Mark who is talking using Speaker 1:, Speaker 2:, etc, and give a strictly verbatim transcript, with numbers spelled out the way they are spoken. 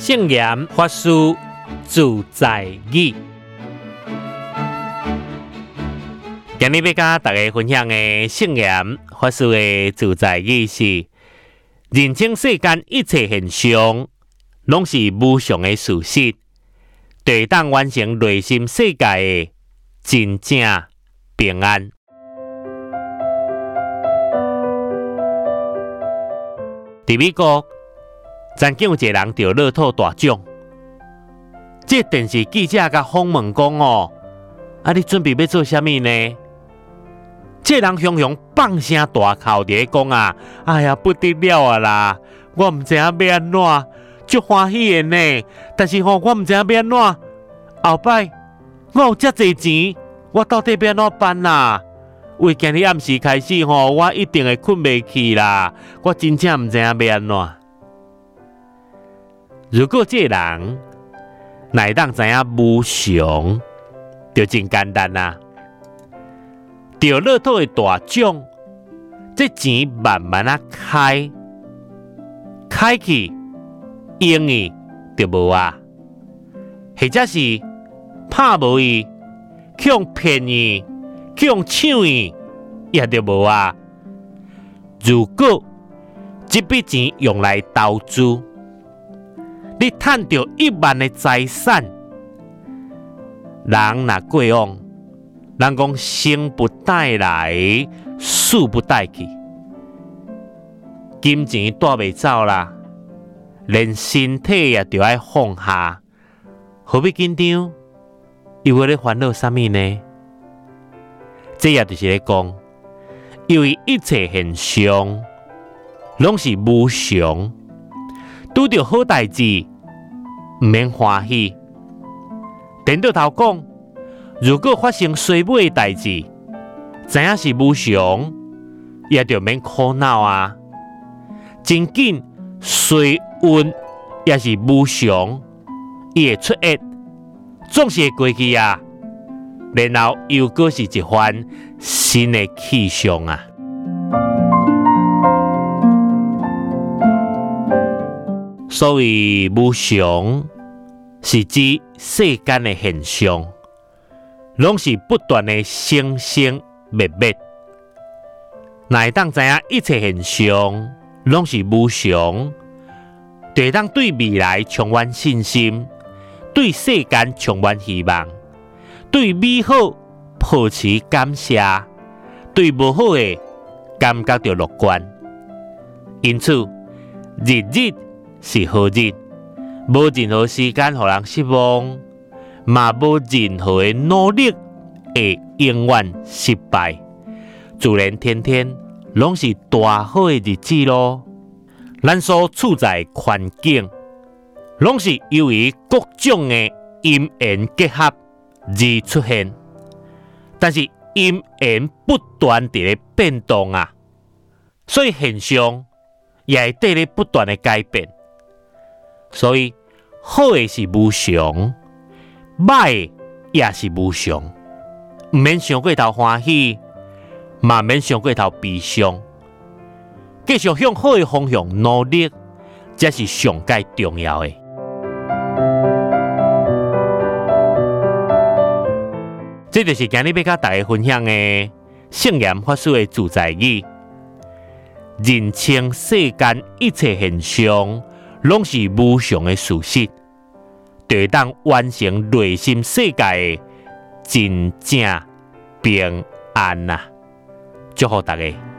Speaker 1: 圣严法师自在语。今日要跟大家分享的圣严法师的自在语是：认清世间一切现象，拢是无常的事实，就当完成内心世界的真正平安。伫美国，曾经有一个人中乐透大奖，这电视记者甲访问讲哦，啊，你准备要做啥物呢？这人雄雄放声大哭伫讲啊，哎呀，不得了啊啦！我唔知影要安怎，足欢喜的呢。但是吼、哦，我唔知影要安怎，后摆我有遮济钱，我到底要安怎办啦？为今日暗时开始吼，我一定会困袂去啦。我真正唔知影要安怎。如果这个人乃当知影无常，就真简单啦。中乐透的大奖，这钱慢慢啊开，开去用伊就无啊，或者是拍无伊，去用骗伊，去用抢伊，也就无啊。如果这笔钱用来投资，你赚到一万的财产，人若过往。人讲生不带来，死不带去，金钱带袂走啦，连身体也着爱放下，何必紧张？又要咧烦恼啥物呢？这也就是咧讲，由于一切现象拢是无常，拄着好代志，唔免欢喜。颠倒头讲。如果发生衰尾的代志，知影是无常，也就免苦恼啊。真紧衰运也是无常，伊会出现，总是会过去啊。然后又搁是一番新的气象啊。所谓无常，是指世间的现象。拢是不断的生生灭灭，乃当知影一切现象拢是无常，就当对未来充满信心，对世间充满希望，对美好抱持感谢，对无好的感觉到乐观。因此，日日是好日，无任何时间互人失望。嘛无任何的努力会永远失败，自然天天拢是大好的日子咯。咱所处在环境，拢是由于各种的因缘结合而出现，但是因缘不断地咧变动啊，所以现象也会在咧不断的改变。所以好的是无常。歹也是无常，唔免想过头欢喜，嘛免想过头悲伤，继续向好的方向努力，才是上界重要的。这就是今日要甲大家分享的圣严法师的自在语：认清世间一切现象，拢是无常的事实。就当完成内心世界的真正平安啊！祝福大家。